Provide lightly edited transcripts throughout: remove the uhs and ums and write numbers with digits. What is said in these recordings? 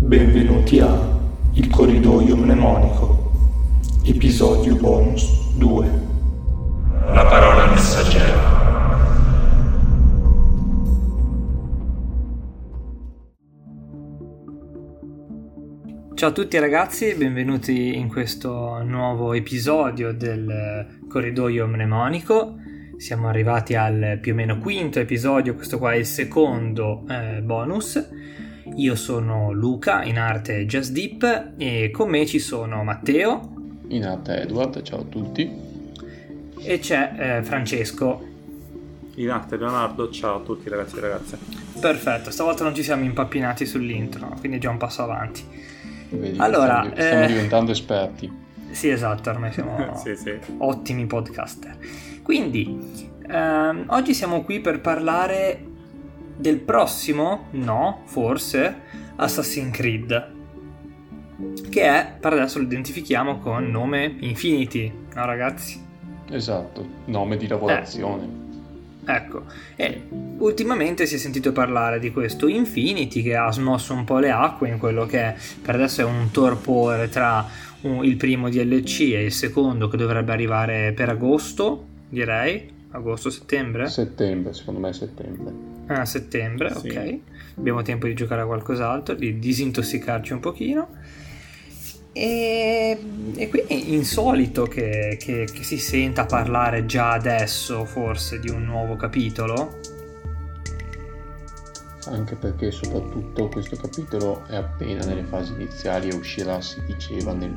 Benvenuti a Il Corridoio Mnemonico, episodio bonus 2. La parola messaggera. Ciao a tutti ragazzi, benvenuti in questo nuovo episodio del Corridoio Mnemonico. Siamo arrivati al più o meno quinto episodio, questo qua è il secondo bonus. Io sono Luca, in arte Just Deep, e con me ci sono Matteo, in arte Edward, ciao a tutti, e c'è Francesco, in arte Leonardo, ciao a tutti ragazzi e ragazze. Perfetto, stavolta non ci siamo impappinati sull'intro, quindi è già un passo avanti. Vedi, Allora, stiamo diventando esperti. Sì, esatto, ormai siamo sì. Ottimi podcaster. Quindi, oggi siamo qui per parlare del prossimo, no, forse, Assassin's Creed, che è, per adesso lo identifichiamo con nome Infinity, no ragazzi? Esatto, nome di lavorazione. Ecco, e ultimamente si è sentito parlare di questo Infinity che ha smosso un po' le acque in quello che per adesso è un torpore tra il primo DLC e il secondo, che dovrebbe arrivare per agosto, direi, agosto-settembre? Settembre, secondo me è settembre. Ah, settembre, sì. Ok. Abbiamo tempo di giocare a qualcos'altro, di disintossicarci un pochino. E quindi è insolito che si senta parlare già adesso forse di un nuovo capitolo. Anche perché soprattutto questo capitolo è appena nelle fasi iniziali e uscirà, si diceva, nel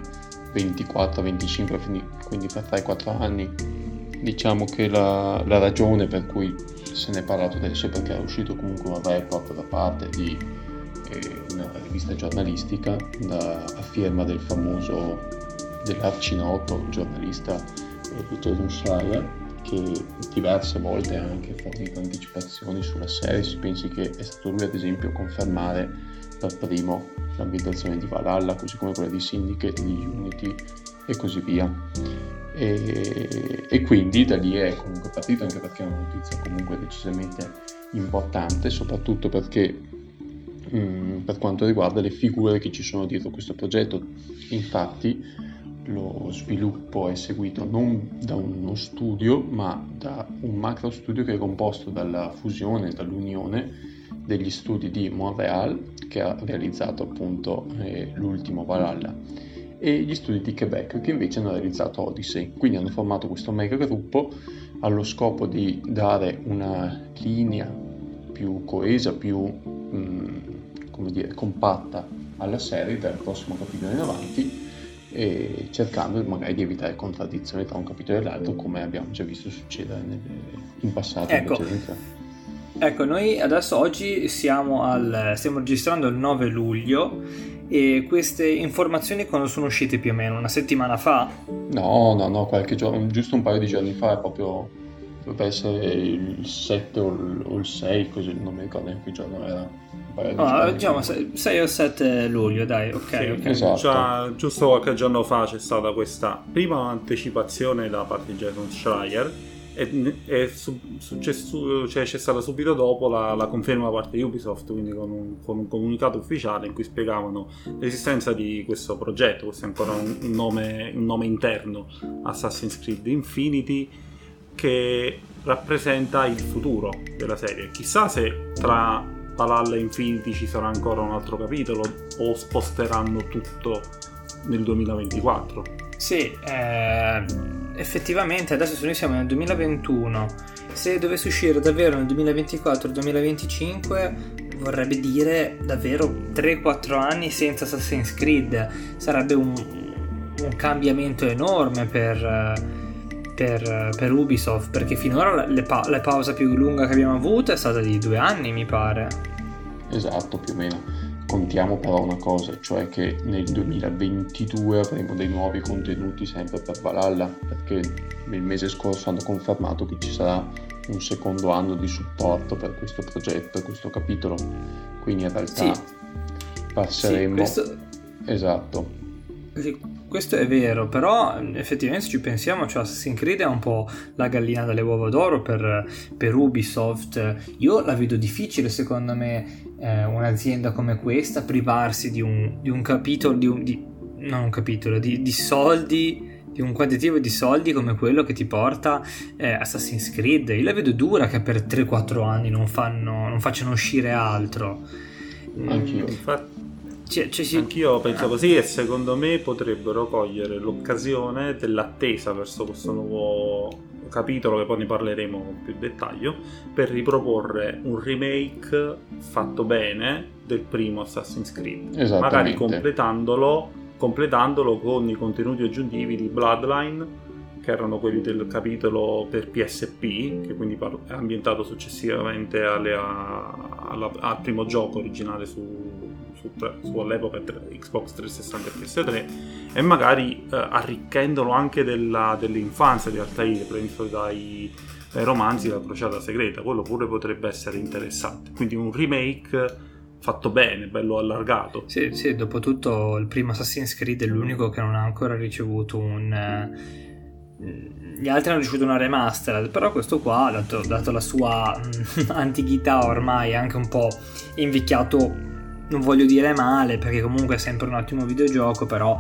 2024-25, quindi per 3-4 anni. Diciamo che la ragione per cui se ne è parlato adesso è perché è uscito comunque un report da parte di una rivista giornalistica a firma del famoso, dell'arcinoto giornalista Jason Schreier, che diverse volte ha anche fornito anticipazioni sulla serie. Si pensi che è stato lui ad esempio a confermare per primo l'ambientazione di Valhalla, così come quella di Syndicate, di Unity e così via. E quindi da lì è comunque partito, anche perché è una notizia comunque decisamente importante, soprattutto perché per quanto riguarda le figure che ci sono dietro questo progetto. Infatti lo sviluppo è seguito non da uno studio, ma da un macro studio che è composto dalla fusione, dall'unione degli studi di Montreal, che ha realizzato appunto l'ultimo Valhalla, e gli studi di Quebec, che invece hanno realizzato Odyssey. Quindi hanno formato questo mega gruppo allo scopo di dare una linea più coesa, più compatta alla serie dal prossimo capitolo in avanti, e cercando magari di evitare contraddizioni tra un capitolo e l'altro, come abbiamo già visto succedere in passato. Ecco, noi adesso oggi stiamo registrando il 9 luglio, e queste informazioni quando sono uscite? Più o meno una settimana fa? No, qualche giorno, giusto un paio di giorni fa, è proprio, dovrebbe essere il 7 o il 6, così non mi ricordo neanche che giorno era. Diciamo 6 o 7 luglio, dai, ok. Sì, esatto. Già giusto qualche giorno fa c'è stata questa prima anticipazione da parte di Jason Schreier e c'è stata subito dopo la conferma da parte di Ubisoft, quindi con un comunicato ufficiale in cui spiegavano l'esistenza di questo progetto. Questo è ancora un nome interno, Assassin's Creed Infinity, che rappresenta il futuro della serie. Chissà se tra Valhalla e Infinity ci sarà ancora un altro capitolo o sposteranno tutto nel 2024. Sì, effettivamente adesso se noi siamo nel 2021, se dovesse uscire davvero nel 2024-2025 vorrebbe dire davvero 3-4 anni senza Assassin's Creed. Sarebbe un cambiamento enorme per Ubisoft, perché finora la pausa più lunga che abbiamo avuto è stata di 2 anni, mi pare. Esatto, più o meno. Contiamo però una cosa, cioè che nel 2022 avremo dei nuovi contenuti sempre per Valhalla, perché il mese scorso hanno confermato che ci sarà un secondo anno di supporto per questo progetto, per questo capitolo. Quindi in realtà passeremo... Esatto. Sì, questo è vero, però effettivamente se ci pensiamo, cioè Assassin's Creed è un po' la gallina dalle uova d'oro per Ubisoft. Io la vedo difficile, secondo me, un'azienda come questa privarsi di un capitolo, non un capitolo, di soldi, di un quantitativo di soldi come quello che ti porta Assassin's Creed. Io la vedo dura che per 3-4 anni non facciano uscire altro. Anch'io. Infatti, sì. Anch'io penso così, e secondo me potrebbero cogliere l'occasione dell'attesa verso questo nuovo capitolo, che poi ne parleremo con più dettaglio, per riproporre un remake fatto bene del primo Assassin's Creed, magari completandolo con i contenuti aggiuntivi di Bloodline, che erano quelli del capitolo per PSP, che quindi è ambientato successivamente al primo gioco originale su all'epoca Xbox 360 e PS3, e magari arricchendolo anche dell'infanzia di Altair, preso dai romanzi della Crociata Segreta. Quello pure potrebbe essere interessante, quindi un remake fatto bene, bello allargato. Sì, dopo tutto il primo Assassin's Creed è l'unico che non ha ancora ricevuto gli altri hanno ricevuto una remastered, però questo qua, dato la sua antichità, ormai anche un po' invecchiato, non voglio dire male, perché comunque è sempre un ottimo videogioco, però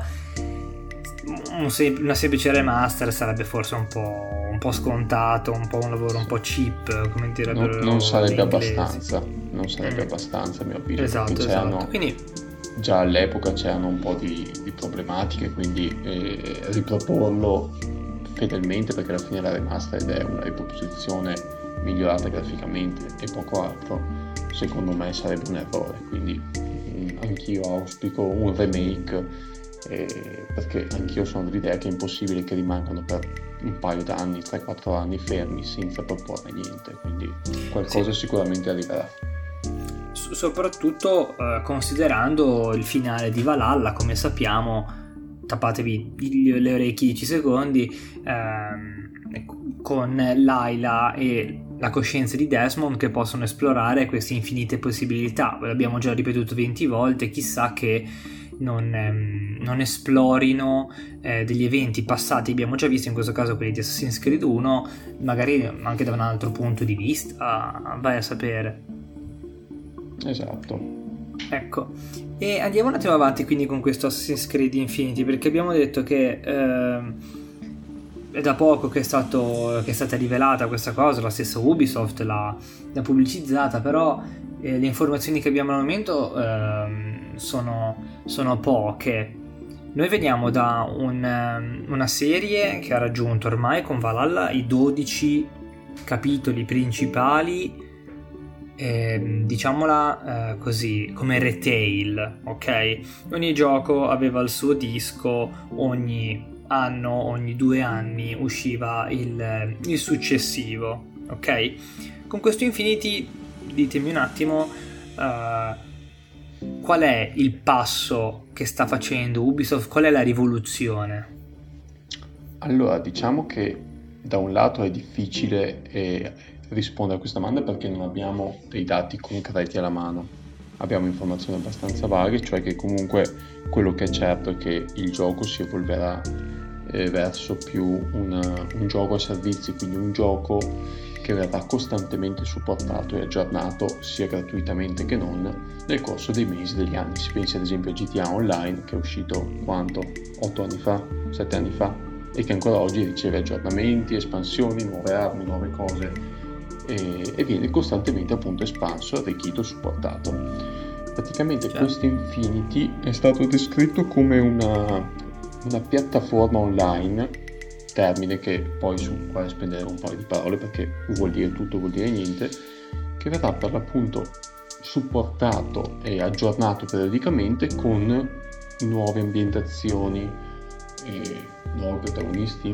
una semplice remaster sarebbe forse un po' scontato, un po' un lavoro un po' cheap, come direbbero non sarebbe abbastanza, a mio avviso. Esatto. Quindi già all'epoca c'erano un po' di problematiche, quindi riproporlo fedelmente, perché alla fine la remastered è una riproposizione migliorata graficamente e poco altro, secondo me sarebbe un errore. Quindi anch'io auspico un remake, perché anch'io sono dell'idea che è impossibile che rimangano per un paio d'anni, 3-4 anni fermi senza proporre niente, quindi qualcosa sicuramente arriverà. Soprattutto considerando il finale di Valhalla, come sappiamo, tappatevi le orecchie 10 secondi, con Layla e la coscienza di Desmond che possono esplorare queste infinite possibilità. L'abbiamo già ripetuto 20 volte, chissà che non esplorino degli eventi passati, abbiamo già visto in questo caso quelli di Assassin's Creed 1, magari anche da un altro punto di vista, vai a sapere. Esatto. Ecco, e andiamo un attimo avanti quindi con questo Assassin's Creed Infinity, perché abbiamo detto che è da poco che è stata rivelata questa cosa, la stessa Ubisoft l'ha pubblicizzata, però le informazioni che abbiamo al momento sono poche. Noi veniamo da una serie che ha raggiunto ormai con Valhalla i 12 capitoli principali, diciamola così, come retail, ok? Ogni gioco aveva il suo disco, ogni 2 anni usciva il successivo, ok? Con questo Infinity ditemi un attimo qual è il passo che sta facendo Ubisoft, qual è la rivoluzione? Allora, diciamo che da un lato è difficile rispondere a questa domanda, perché non abbiamo dei dati concreti alla mano, abbiamo informazioni abbastanza vaghe, cioè che comunque quello che è certo è che il gioco si evolverà verso più un gioco a servizi, quindi un gioco che verrà costantemente supportato e aggiornato sia gratuitamente che non nel corso dei mesi, degli anni. Si pensi ad esempio a GTA Online, che è uscito 7 anni fa, e che ancora oggi riceve aggiornamenti, espansioni, nuove armi, nuove cose, e viene costantemente appunto espanso, arricchito, supportato. Praticamente questo Infinity è stato descritto come una piattaforma online, termine che poi sul quale spenderemo un paio di parole, perché vuol dire tutto, vuol dire niente, che verrà per l'appunto supportato e aggiornato periodicamente con nuove ambientazioni, nuovi protagonisti,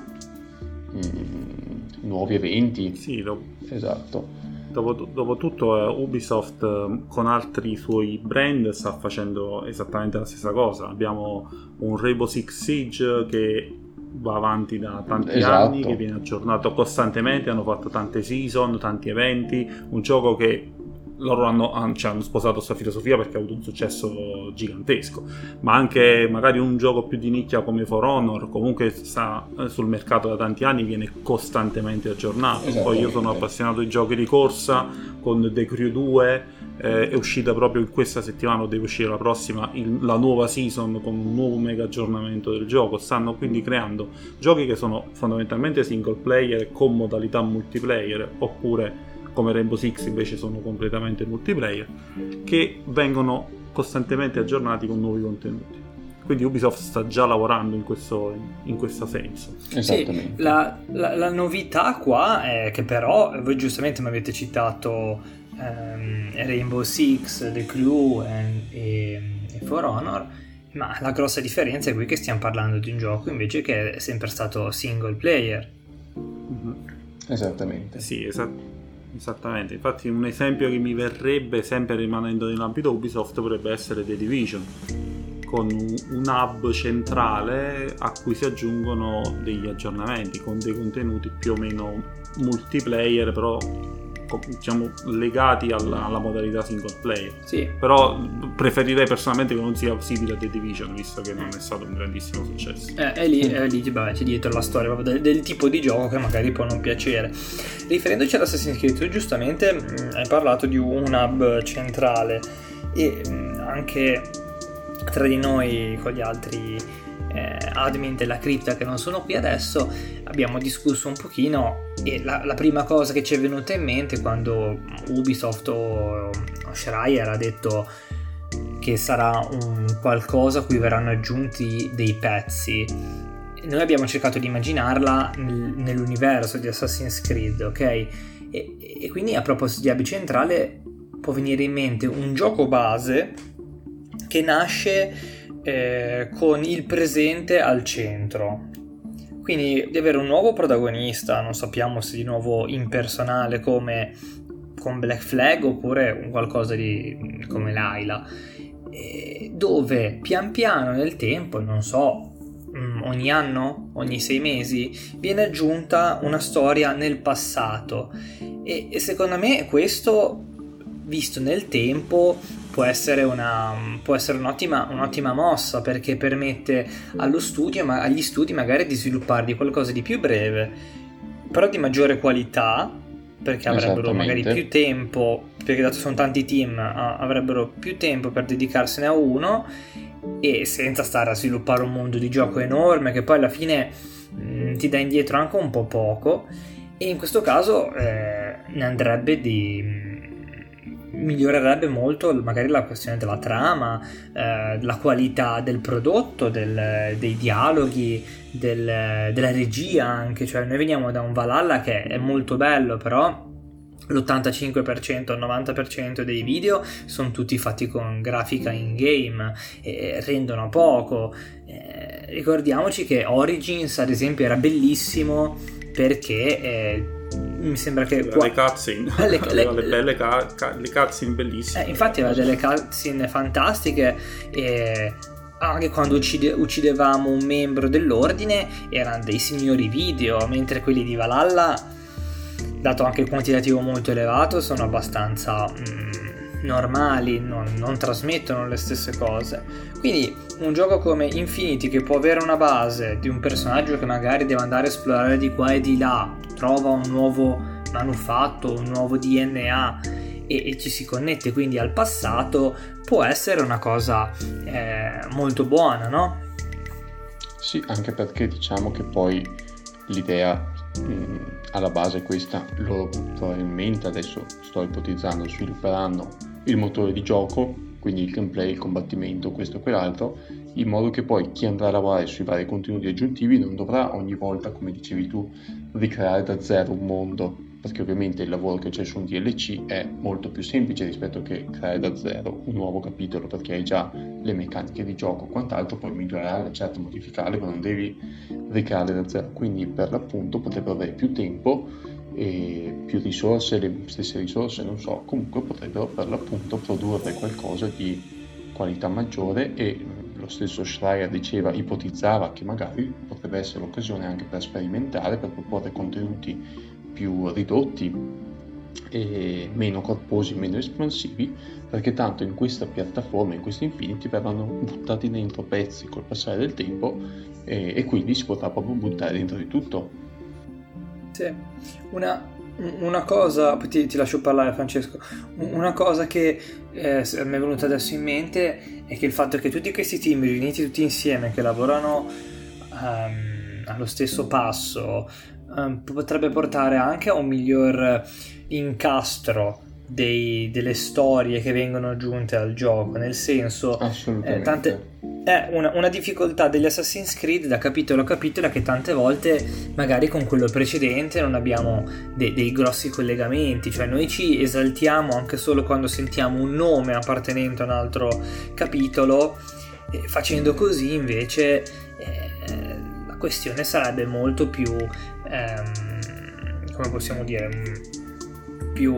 nuovi eventi. Sì, esatto. Dopo tutto Ubisoft con altri suoi brand sta facendo esattamente la stessa cosa. Abbiamo un Rainbow Six Siege che va avanti da tanti anni, che viene aggiornato costantemente, hanno fatto tante season, tanti eventi, un gioco che loro hanno sposato questa filosofia perché ha avuto un successo gigantesco, ma anche magari un gioco più di nicchia come For Honor comunque sta sul mercato da tanti anni, viene costantemente aggiornato. Poi io sono appassionato di giochi di corsa, con The Crew 2 è uscita proprio in questa settimana, o deve uscire la prossima, la nuova season con un nuovo mega aggiornamento del gioco. Stanno quindi creando giochi che sono fondamentalmente single player con modalità multiplayer, oppure come Rainbow Six invece sono completamente multiplayer, che vengono costantemente aggiornati con nuovi contenuti. Quindi Ubisoft sta già lavorando in questo senso. Esattamente. Sì, la novità qua è che però voi giustamente mi avete citato Rainbow Six, The Crew e For Honor, ma la grossa differenza è qui che stiamo parlando di un gioco invece che è sempre stato single player. Esattamente. Sì, esattamente. Infatti un esempio che mi verrebbe, sempre rimanendo nell'ambito Ubisoft, potrebbe essere The Division, con un hub centrale a cui si aggiungono degli aggiornamenti con dei contenuti più o meno multiplayer, però diciamo legati alla modalità single player. Sì. Però preferirei personalmente che non sia simile a The Division, visto che non è stato un grandissimo successo. È lì c'è dietro la storia proprio del tipo di gioco che magari può non piacere. Riferendoci all'Assassin's Creed, tu giustamente hai parlato di un hub centrale, e anche tra di noi con gli altri admin della cripta che non sono qui adesso abbiamo discusso un pochino, e la prima cosa che ci è venuta in mente quando Ubisoft o Schreier ha detto che sarà un qualcosa a cui verranno aggiunti dei pezzi, noi abbiamo cercato di immaginarla nell'universo di Assassin's Creed, ok? E quindi a proposito di hub centrale può venire in mente un gioco base che nasce con il presente al centro, quindi di avere un nuovo protagonista, non sappiamo se di nuovo impersonale come con Black Flag oppure un qualcosa di come Layla, dove pian piano nel tempo, non so, ogni anno, ogni 6 mesi viene aggiunta una storia nel passato, e secondo me questo, visto nel tempo, può essere un'ottima mossa, perché permette agli studi magari di sviluppare qualcosa di più breve, però di maggiore qualità, perché avrebbero magari più tempo, perché dato sono tanti team avrebbero più tempo per dedicarsene a uno, e senza stare a sviluppare un mondo di gioco enorme che poi alla fine ti dà indietro anche un po' poco. E in questo caso ne andrebbe migliorerebbe molto magari la questione della trama, la qualità del prodotto, dei dialoghi, della regia anche. Cioè noi veniamo da un Valhalla che è molto bello, però l'85%, il 90% dei video sono tutti fatti con grafica in game e rendono poco. Ricordiamoci che Origins ad esempio era bellissimo perché mi sembra che le cutscene aveva le cutscene bellissime, infatti aveva delle cutscene fantastiche, e anche quando uccidevamo un membro dell'ordine erano dei signori video, mentre quelli di Valhalla, dato anche il quantitativo molto elevato, sono abbastanza normali, non trasmettono le stesse cose. Quindi un gioco come Infinity, che può avere una base di un personaggio che magari deve andare a esplorare di qua e di là, trova un nuovo manufatto, un nuovo DNA e ci si connette quindi al passato, può essere una cosa molto buona, no? Sì, anche perché diciamo che poi l'idea alla base è questa: loro probabilmente, adesso sto ipotizzando, svilupperanno il motore di gioco, quindi il gameplay, il combattimento, questo e quell'altro, in modo che poi chi andrà a lavorare sui vari contenuti aggiuntivi non dovrà ogni volta, come dicevi tu, ricreare da zero un mondo, perché ovviamente il lavoro che c'è su un DLC è molto più semplice rispetto che creare da zero un nuovo capitolo, perché hai già le meccaniche di gioco, quant'altro puoi migliorare, certo modificarle, ma non devi ricreare da zero. Quindi per l'appunto potrebbero avere più tempo e più risorse, le stesse risorse, non so, comunque potrebbero per l'appunto produrre qualcosa di qualità maggiore. E lo stesso Schreier ipotizzava che magari potrebbe essere l'occasione anche per sperimentare, per proporre contenuti più ridotti e meno corposi, meno espansivi, perché tanto in questa piattaforma, in questo Infinity, verranno buttati dentro pezzi col passare del tempo, e quindi si potrà proprio buttare dentro di tutto. Sì. Una cosa, poi ti lascio parlare Francesco, una cosa che mi è venuta adesso in mente è che il fatto che tutti questi team riuniti tutti insieme che lavorano allo stesso passo potrebbe portare anche a un miglior incastro delle storie che vengono aggiunte al gioco, nel senso assolutamente. Una difficoltà degli Assassin's Creed da capitolo a capitolo è che tante volte magari con quello precedente non abbiamo dei grossi collegamenti, cioè noi ci esaltiamo anche solo quando sentiamo un nome appartenente a un altro capitolo, e facendo così invece la questione sarebbe molto più come possiamo dire, più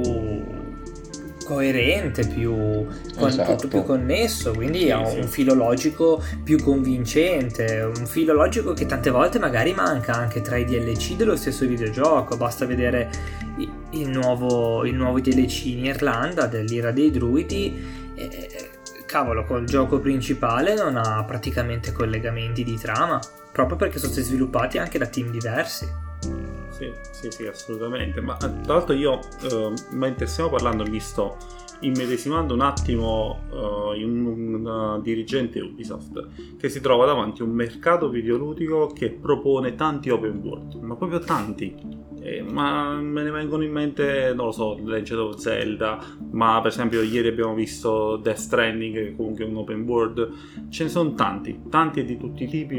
coerente, Esatto. tutto più connesso, quindi ha un filo logico più convincente, un filo logico che tante volte magari manca anche tra i DLC dello stesso videogioco. Basta vedere il nuovo DLC in Irlanda dell'Ira dei Druidi, cavolo, col gioco principale non ha praticamente collegamenti di trama, proprio perché sono stati sviluppati anche da team diversi. Sì, assolutamente. Ma tra l'altro io, mentre stiamo parlando, mi sto immedesimando un attimo in un dirigente Ubisoft che si trova davanti a un mercato videoludico che propone tanti open world, ma proprio tanti. Ma me ne vengono in mente, non lo so, Legend of Zelda, ma per esempio ieri abbiamo visto Death Stranding, che comunque è un open world. Ce ne sono tanti e di tutti i tipi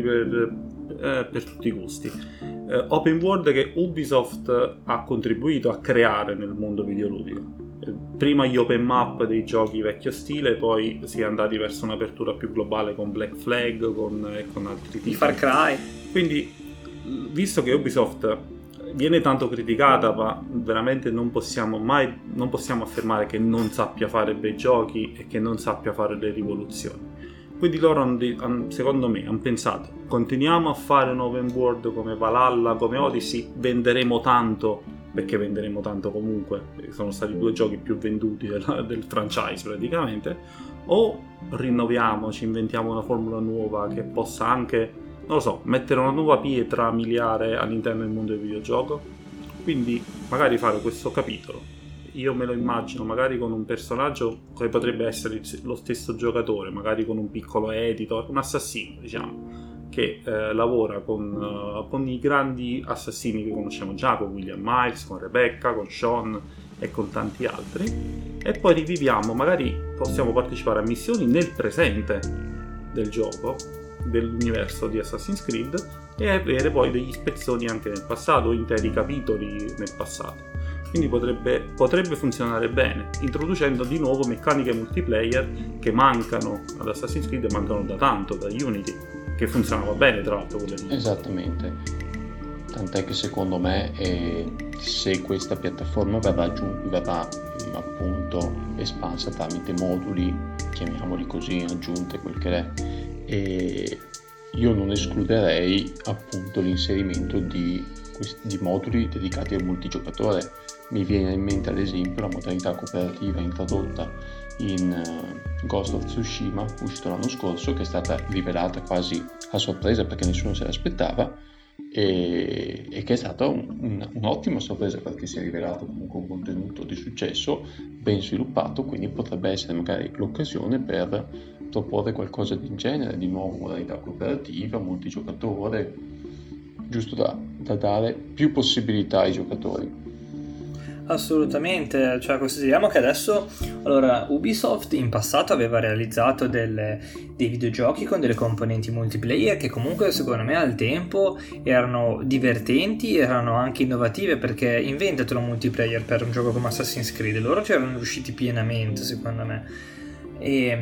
per tutti i gusti. Open world che Ubisoft ha contribuito a creare nel mondo videoludico. Prima gli open map dei giochi vecchio stile, poi si è andati verso un'apertura più globale con Black Flag, con altri tipi. Far Cry. Quindi, visto che Ubisoft viene tanto criticata, ma veramente non possiamo affermare che non sappia fare bei giochi e che non sappia fare le rivoluzioni. Quindi loro secondo me hanno pensato: continuiamo a fare un open world come Valhalla, come Odyssey, venderemo tanto, perché venderemo tanto comunque, sono stati 2 giochi più venduti del franchise praticamente, o rinnoviamo, ci inventiamo una formula nuova che possa anche, non lo so, mettere una nuova pietra miliare all'interno del mondo del videogioco. Quindi magari fare questo capitolo, io me lo immagino magari con un personaggio che potrebbe essere lo stesso giocatore, magari con un piccolo editor, un assassino diciamo, che lavora con i grandi assassini che conosciamo già, con William Miles, con Rebecca, con Sean e con tanti altri, e poi riviviamo, magari possiamo partecipare a missioni nel presente del gioco, dell'universo di Assassin's Creed, e avere poi degli spezzoni anche nel passato, interi capitoli nel passato. Quindi potrebbe funzionare bene, introducendo di nuovo meccaniche multiplayer che mancano ad Assassin's Creed, mancano da tanto, da Unity, che funzionava bene tra l'altro quelle lì. Esattamente, tant'è che secondo me se questa piattaforma verrà appunto espansa tramite moduli, chiamiamoli così, aggiunte, quel che è, e io non escluderei appunto l'inserimento di moduli dedicati al multigiocatore. Mi viene in mente ad esempio la modalità cooperativa introdotta in Ghost of Tsushima, uscito l'anno scorso, che è stata rivelata quasi a sorpresa perché nessuno se l'aspettava, e che è stata un'ottima sorpresa perché si è rivelato comunque un contenuto di successo, ben sviluppato, quindi potrebbe essere magari l'occasione per proporre qualcosa del genere, di nuovo modalità cooperativa, multigiocatore, giusto da dare più possibilità ai giocatori. Assolutamente, cioè consideriamo che adesso, allora, Ubisoft in passato aveva realizzato dei videogiochi con delle componenti multiplayer che comunque secondo me al tempo erano divertenti, erano anche innovative, perché inventatelo un multiplayer per un gioco come Assassin's Creed, loro ci erano riusciti pienamente secondo me, e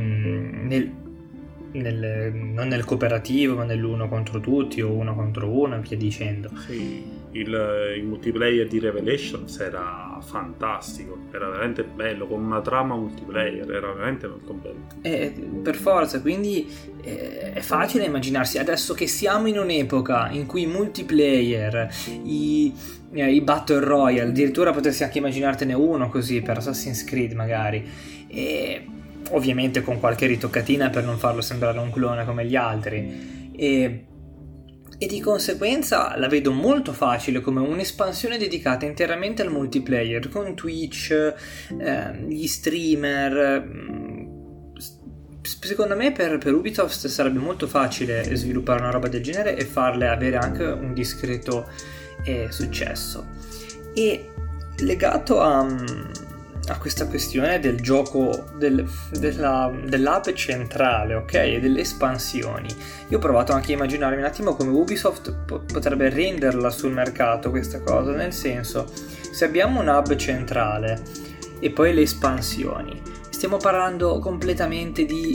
non nel cooperativo ma nell'uno contro tutti o uno contro uno e via dicendo. Sì, il multiplayer di Revelations era fantastico, era veramente bello, con una trama multiplayer, era veramente molto bello. Per forza, quindi è facile immaginarsi adesso che siamo in un'epoca in cui i multiplayer, i Battle Royale, addirittura potresti anche immaginartene uno così per Assassin's Creed magari, e ovviamente con qualche ritoccatina per non farlo sembrare un clone come gli altri, e e di conseguenza la vedo molto facile come un'espansione dedicata interamente al multiplayer, con Twitch, gli streamer. Secondo me per Ubisoft sarebbe molto facile sviluppare una roba del genere e farle avere anche un discreto successo. E legato a questa questione del gioco dell'hub centrale, ok, e delle espansioni, io ho provato anche a immaginarmi un attimo come Ubisoft potrebbe renderla sul mercato questa cosa, nel senso, se abbiamo un hub centrale e poi le espansioni, stiamo parlando completamente di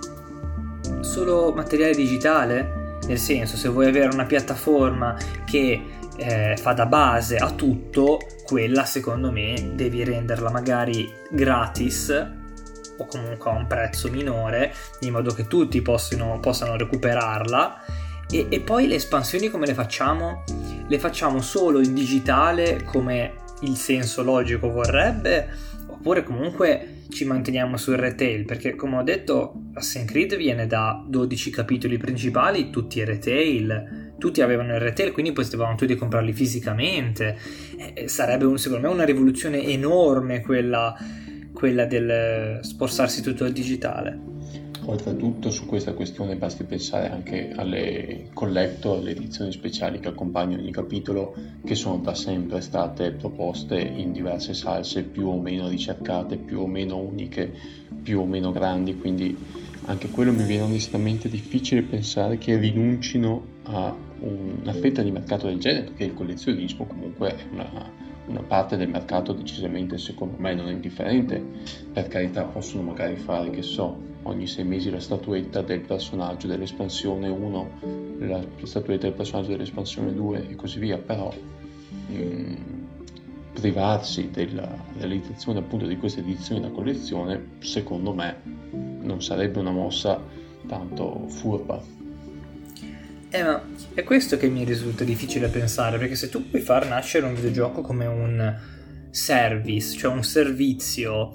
solo materiale digitale? Nel senso, se vuoi avere una piattaforma che fa da base a tutto, quella secondo me devi renderla magari gratis o comunque a un prezzo minore, in modo che tutti possano recuperarla. E poi le espansioni come le facciamo? Le facciamo solo in digitale come il senso logico vorrebbe, oppure comunque ci manteniamo sul retail? Perché come ho detto, Assassin's Creed viene da 12 capitoli principali, tutti retail, tutti avevano il retail, quindi potevamo tutti comprarli fisicamente. Sarebbe secondo me una rivoluzione enorme quella del spostarsi tutto al digitale. Oltretutto su questa questione basti pensare anche alle collector, alle edizioni speciali che accompagnano ogni capitolo, che sono da sempre state proposte in diverse salse più o meno ricercate, più o meno uniche, più o meno grandi, quindi anche quello mi viene onestamente difficile pensare che rinuncino a una fetta di mercato del genere, perché il collezionismo comunque è una parte del mercato decisamente, secondo me, non indifferente. Per carità, possono magari fare, che so, ogni 6 mesi la statuetta del personaggio dell'espansione 1, la statuetta del personaggio dell'espansione 2 e così via, però privarsi della realizzazione appunto di queste edizioni da collezione, secondo me non sarebbe una mossa tanto furba. Ma è questo che mi risulta difficile pensare, perché se tu puoi far nascere un videogioco come un service, cioè un servizio,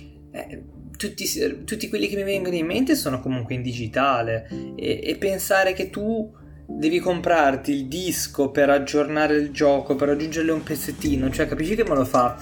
tutti quelli che mi vengono in mente sono comunque in digitale, e pensare che tu devi comprarti il disco per aggiornare il gioco, per aggiungerle un pezzettino, cioè capisci che me lo fa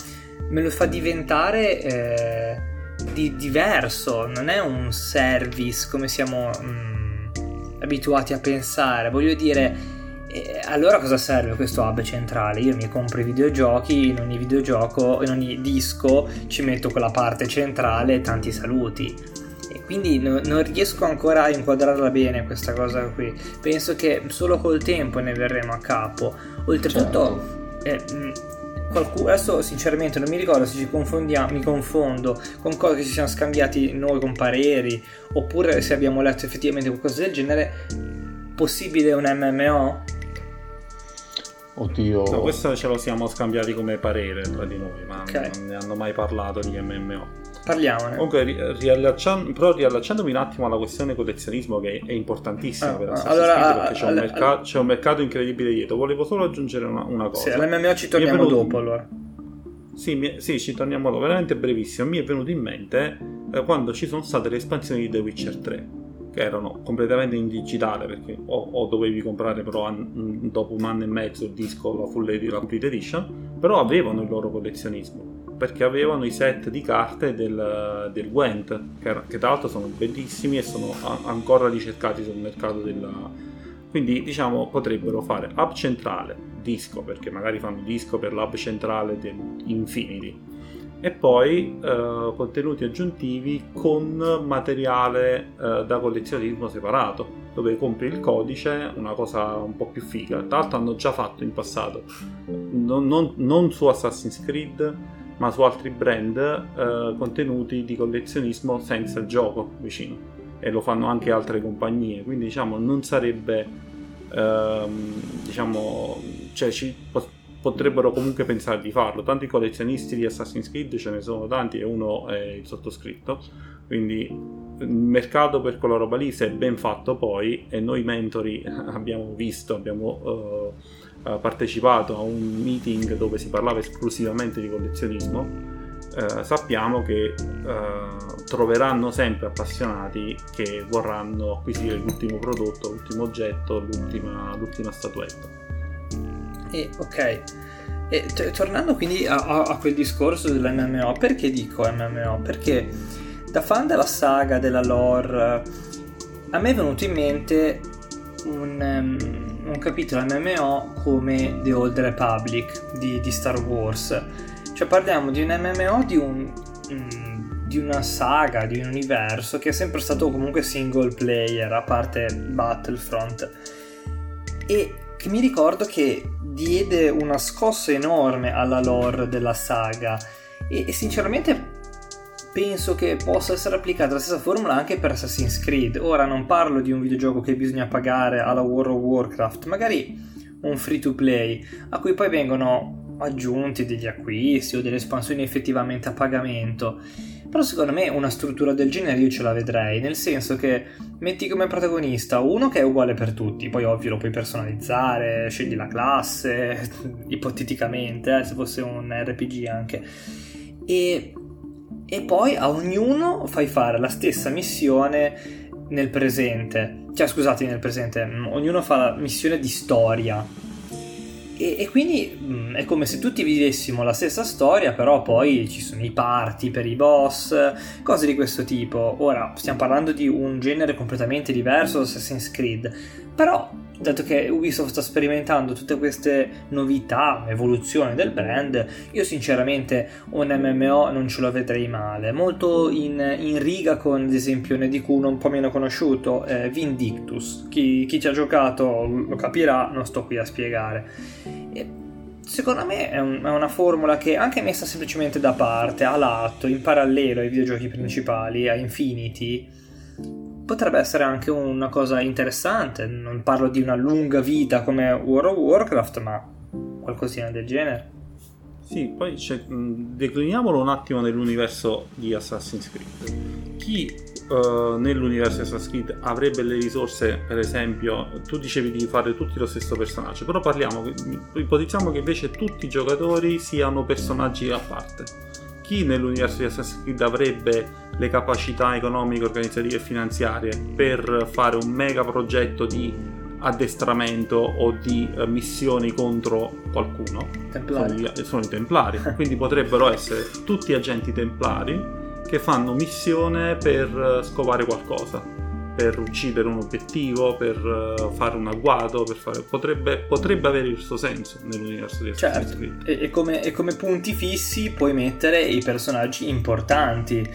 diventare diverso, non è un service come siamo abituati a pensare. Voglio dire, allora cosa serve questo hub centrale? Io mi compro i videogiochi, in ogni videogioco, in ogni disco ci metto quella parte centrale e tanti saluti, e quindi non riesco ancora a inquadrarla bene questa cosa qui. Penso che solo col tempo ne verremo a capo. Oltretutto qualcuno, adesso sinceramente non mi ricordo se mi confondo con cose che ci siamo scambiati noi con pareri, oppure se abbiamo letto effettivamente qualcosa del genere. Possibile un MMO? Oddio, no, questo ce lo siamo scambiati come parere tra di noi, ma okay, non ne hanno mai parlato di MMO. Parliamone. Comunque riallacciandomi un attimo alla questione collezionismo, che è importantissima per Assassin's Creed, perché c'è un mercato incredibile dietro. Volevo solo aggiungere una cosa. Sì, all'MMO ci torniamo dopo allora. Sì, ci torniamo dopo, veramente brevissimo. Mi è venuto in mente quando ci sono state le espansioni di The Witcher 3, che erano completamente in digitale, perché o dovevi comprare però dopo un anno e mezzo il disco, la complete edition, però avevano il loro collezionismo, perché avevano i set di carte del Gwent, che tra l'altro sono bellissimi e sono ancora ricercati sul mercato quindi diciamo potrebbero fare hub centrale, disco, perché magari fanno disco per l'hub centrale del Infinity, e poi contenuti aggiuntivi con materiale da collezionismo separato, dove compri il codice, una cosa un po' più figa. Tra l'altro hanno già fatto in passato, non su Assassin's Creed ma su altri brand, contenuti di collezionismo senza il gioco vicino, e lo fanno anche altre compagnie, quindi diciamo non sarebbe potrebbero comunque pensare di farlo. Tanti collezionisti di Assassin's Creed ce ne sono tanti, e uno è il sottoscritto, quindi il mercato per quella roba lì, se è ben fatto poi, e noi mentori abbiamo partecipato a un meeting dove si parlava esclusivamente di collezionismo, sappiamo che troveranno sempre appassionati che vorranno acquisire l'ultimo prodotto, l'ultimo oggetto, l'ultima statuetta. Ok, tornando quindi a quel discorso dell'MMO, perché dico MMO? Perché da fan della saga, della lore, a me è venuto in mente un capitolo MMO come The Old Republic di Star Wars. Cioè parliamo di un MMO di una saga, di un universo che è sempre stato comunque single player, a parte Battlefront, e che mi ricordo che diede una scossa enorme alla lore della saga, e sinceramente penso che possa essere applicata la stessa formula anche per Assassin's Creed. Ora non parlo di un videogioco che bisogna pagare alla World of Warcraft, magari un free to play a cui poi vengono aggiunti degli acquisti o delle espansioni effettivamente a pagamento. Però secondo me una struttura del genere io ce la vedrei, nel senso che metti come protagonista uno che è uguale per tutti, poi ovvio lo puoi personalizzare, scegli la classe ipoteticamente, se fosse un RPG anche, e poi a ognuno fai fare la stessa missione nel presente, ognuno fa la missione di storia, e quindi è come se tutti vivessimo la stessa storia, però poi ci sono i party per i boss, cose di questo tipo. Ora stiamo parlando di un genere completamente diverso da Assassin's Creed, però dato che Ubisoft sta sperimentando tutte queste novità, evoluzione del brand, io sinceramente un MMO non ce lo vedrei male, molto in riga con, ad esempio, ne dico uno un po' meno conosciuto, Vindictus. Chi ci ha giocato lo capirà, non sto qui a spiegare. Secondo me è una formula che, anche messa semplicemente da parte, a lato, in parallelo ai videogiochi principali, a Infinity, potrebbe essere anche una cosa interessante. Non parlo di una lunga vita come World of Warcraft, ma qualcosina del genere. Sì, poi decliniamolo un attimo nell'universo di Assassin's Creed. Chi nell'universo di Assassin's Creed avrebbe le risorse, per esempio, tu dicevi di fare tutti lo stesso personaggio, però ipotizziamo che invece tutti i giocatori siano personaggi a parte. Chi nell'universo di Assassin's Creed avrebbe le capacità economiche, organizzative e finanziarie per fare un mega progetto di addestramento o di missioni contro qualcuno? Sono i Templari. Quindi potrebbero essere tutti agenti Templari che fanno missione per scovare qualcosa, per uccidere un obiettivo, per fare un agguato, potrebbe avere il suo senso nell'universo di Assassin's Creed. E come punti fissi puoi mettere i personaggi importanti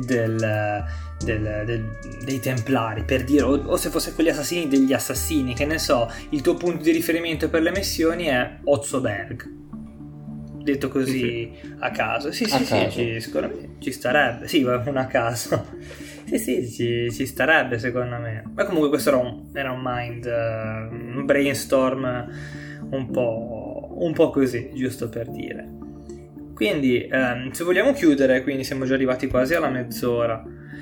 dei Templari, per dire, o se fosse quegli assassini degli assassini, che ne so, il tuo punto di riferimento per le missioni è Ozoberg, detto così, sì. A caso. Sì, secondo me ci starebbe. Sì, un a caso. Sì, ci starebbe secondo me. Ma comunque questo era un mind, un brainstorm un po' così, giusto per dire. Quindi se vogliamo chiudere, quindi siamo già arrivati quasi alla mezz'ora.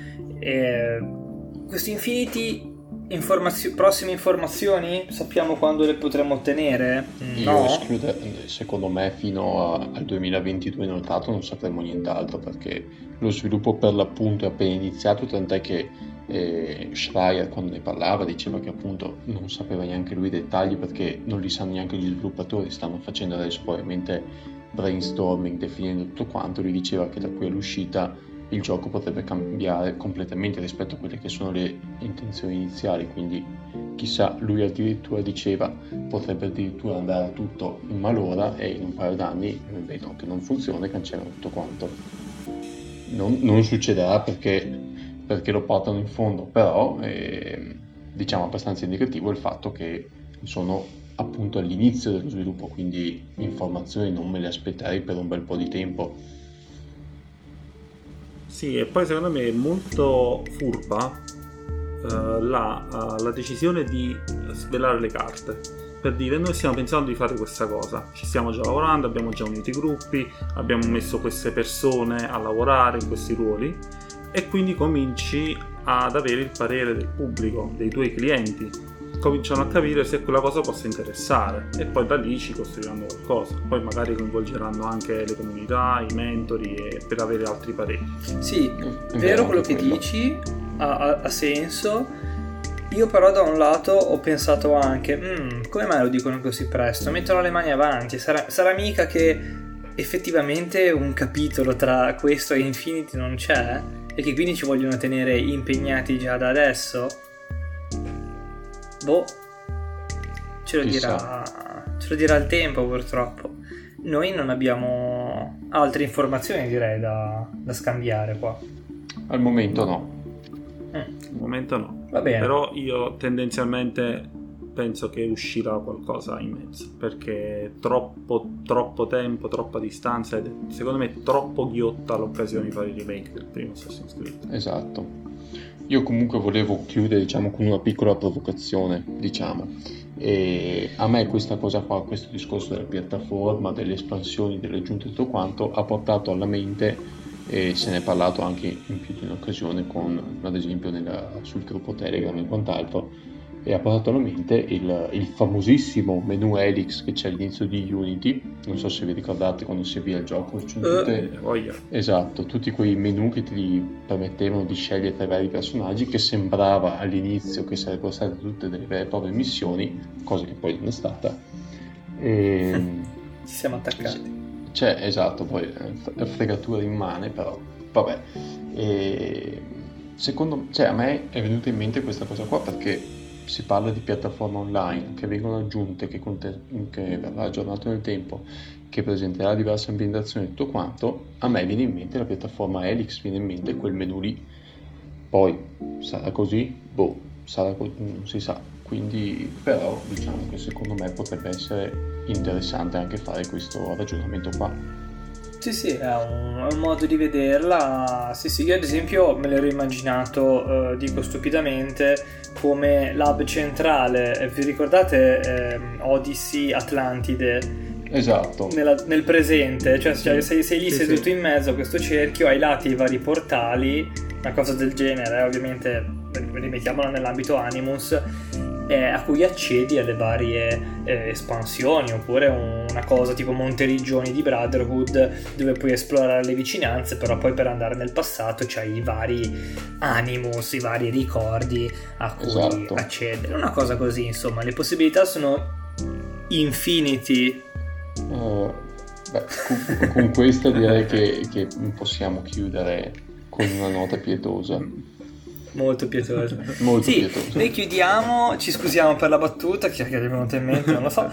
Questo Infinity, prossime informazioni sappiamo quando le potremo ottenere? Io secondo me fino al 2022 notato non sapremo nient'altro, perché lo sviluppo per l'appunto è appena iniziato, tant'è che Schreier, quando ne parlava, diceva che appunto non sapeva neanche lui i dettagli, perché non li sanno neanche gli sviluppatori, stanno facendo adesso probabilmente brainstorming, definendo tutto quanto. Lui diceva che da qui all'uscita il gioco potrebbe cambiare completamente rispetto a quelle che sono le intenzioni iniziali, quindi chissà, lui addirittura diceva potrebbe addirittura andare a tutto in malora e in un paio d'anni vedono che non funziona e cancellano tutto quanto. Non succederà perché lo portano in fondo, però diciamo abbastanza indicativo il fatto che sono appunto all'inizio dello sviluppo, quindi informazioni non me le aspetterei per un bel po' di tempo. Sì, e poi secondo me è molto furba la decisione di svelare le carte, per dire noi stiamo pensando di fare questa cosa, ci stiamo già lavorando, abbiamo già unito i gruppi, abbiamo messo queste persone a lavorare in questi ruoli, e quindi cominci ad avere il parere del pubblico, dei tuoi clienti, cominciano a capire se quella cosa possa interessare e poi da lì ci costruiranno qualcosa, poi magari coinvolgeranno anche le comunità, i mentori per avere altri pareri. Sì, è vero quello che dici, ha senso. Io però da un lato ho pensato anche come mai lo dicono così presto, mettono le mani avanti, sarà mica che effettivamente un capitolo tra questo e Infinity non c'è e che quindi ci vogliono tenere impegnati già da adesso? Boh, ce lo dirà il tempo purtroppo. Noi non abbiamo altre informazioni, direi, da scambiare qua. Al momento no. Al momento no. Va bene. Però io tendenzialmente penso che uscirà qualcosa in mezzo, perché troppo tempo, troppa distanza ed è, secondo me, troppo ghiotta l'occasione di fare il remake del primo Assassin's Creed. Esatto. Io comunque volevo chiudere, diciamo, con una piccola provocazione, diciamo. E a me questa cosa qua, questo discorso della piattaforma, delle espansioni, delle aggiunte e tutto quanto, ha portato alla mente, e se ne è parlato anche in più di un'occasione con, ad esempio, sul gruppo Telegram e quant'altro, e ha portato alla mente il famosissimo menu Helix che c'è all'inizio di Unity. Non so se vi ricordate quando si avvia il gioco, esatto, tutti quei menu che ti permettevano di scegliere tra i vari personaggi, che sembrava all'inizio che sarebbero state tutte delle vere e proprie missioni, cosa che poi non è stata. Ci siamo attaccati. Esatto, poi fregatura immane, però vabbè. Secondo a me è venuta in mente questa cosa qua perché si parla di piattaforme online che vengono aggiunte, che verrà aggiornato nel tempo, che presenterà diverse ambientazioni e tutto quanto. A me viene in mente la piattaforma Helix, viene in mente quel menu lì. Poi sarà così? Non si sa. Quindi, però, diciamo che secondo me potrebbe essere interessante anche fare questo ragionamento qua. Sì, è un modo di vederla. Sì, io ad esempio me l'ero immaginato, dico stupidamente, come l'hub centrale. Vi ricordate Odyssey Atlantide? Esatto. Nel presente, cioè sei lì seduto in mezzo a questo cerchio, ai lati i vari portali, una cosa del genere, ovviamente rimettiamola nell'ambito Animus, a cui accedi alle varie espansioni, oppure una cosa tipo Monteriggioni di Brotherhood, dove puoi esplorare le vicinanze, però poi per andare nel passato c'hai i vari Animus, i vari ricordi a cui accedere, una cosa così. Insomma, le possibilità sono infinity. Con questa direi che possiamo chiudere con una nota pietosa. Molto pietosa. Pietosa. Noi chiudiamo, ci scusiamo per la battuta che è venuta in mente, non lo so,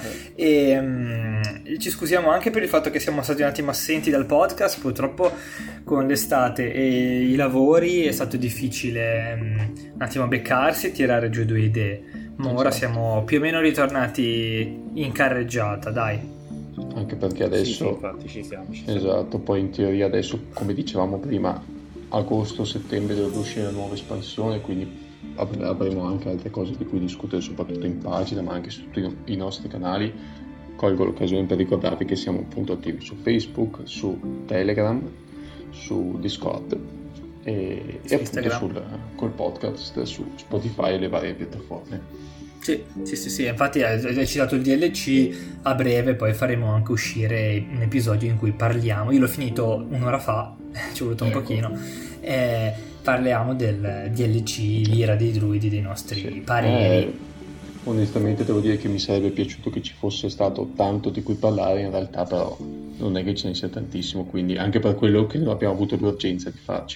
e ci scusiamo anche per il fatto che siamo stati un attimo assenti dal podcast. Purtroppo con l'estate e i lavori è stato difficile un attimo beccarsi e tirare giù due idee, ma ora siamo più o meno ritornati in carreggiata, dai. Anche perché adesso infatti ci siamo. Esatto, poi in teoria adesso, come dicevamo prima, agosto-settembre dovrebbe uscire la nuova espansione, quindi avremo anche altre cose di cui discutere, soprattutto in pagina, ma anche su tutti i nostri canali. Colgo l'occasione per ricordarvi che siamo appunto attivi su Facebook, su Telegram, su Discord e appunto col podcast su Spotify e le varie piattaforme. Sì, infatti hai citato il DLC. A breve poi faremo anche uscire un episodio in cui parliamo, io l'ho finito un'ora fa, ci è voluto un pochino, parliamo del DLC l'ira dei druidi, dei nostri pareri. Onestamente devo dire che mi sarebbe piaciuto che ci fosse stato tanto di cui parlare, in realtà però non è che ce ne sia tantissimo, quindi anche per quello che non abbiamo avuto l'urgenza di farci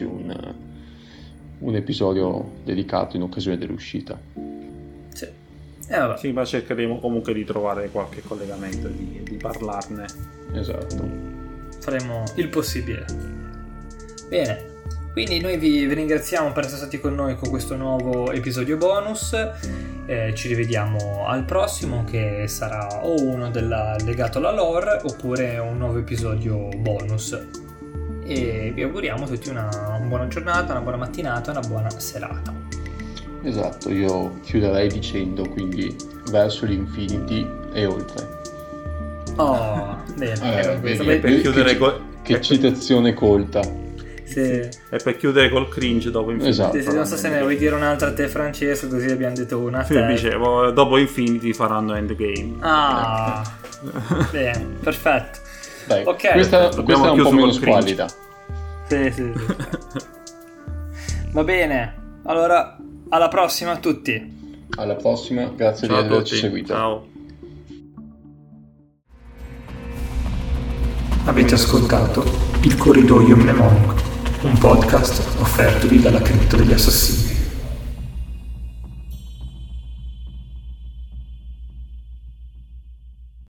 un episodio dedicato in occasione dell'uscita. Sì, ma cercheremo comunque di trovare qualche collegamento e di parlarne. Esatto. Faremo il possibile. Bene, quindi noi vi ringraziamo per essere stati con noi con questo nuovo episodio bonus. Ci rivediamo al prossimo, che sarà o uno legato alla lore oppure un nuovo episodio bonus. E vi auguriamo tutti una buona giornata, una buona mattinata, una buona serata. Esatto, io chiuderei dicendo quindi verso l'infinity e oltre. Bene. Per chiudere che citazione colta. Sì. E per chiudere col cringe dopo Infinity. Esatto. Sì, non so se ne vuoi dire un'altra a te, Francesco, così abbiamo detto una a Sì, te. dicevo, dopo Infinity faranno Endgame. Ah, bene, perfetto. Dai, Ok. questa è un po' chiuso meno col cringe. squallida. Sì. Va bene, allora alla prossima a tutti. Alla prossima, grazie Ciao di a averci tutti. seguito. Ciao. Avete ascoltato Il Corridoio Mnemonico, un podcast offertovi dalla Cripta degli Assassini.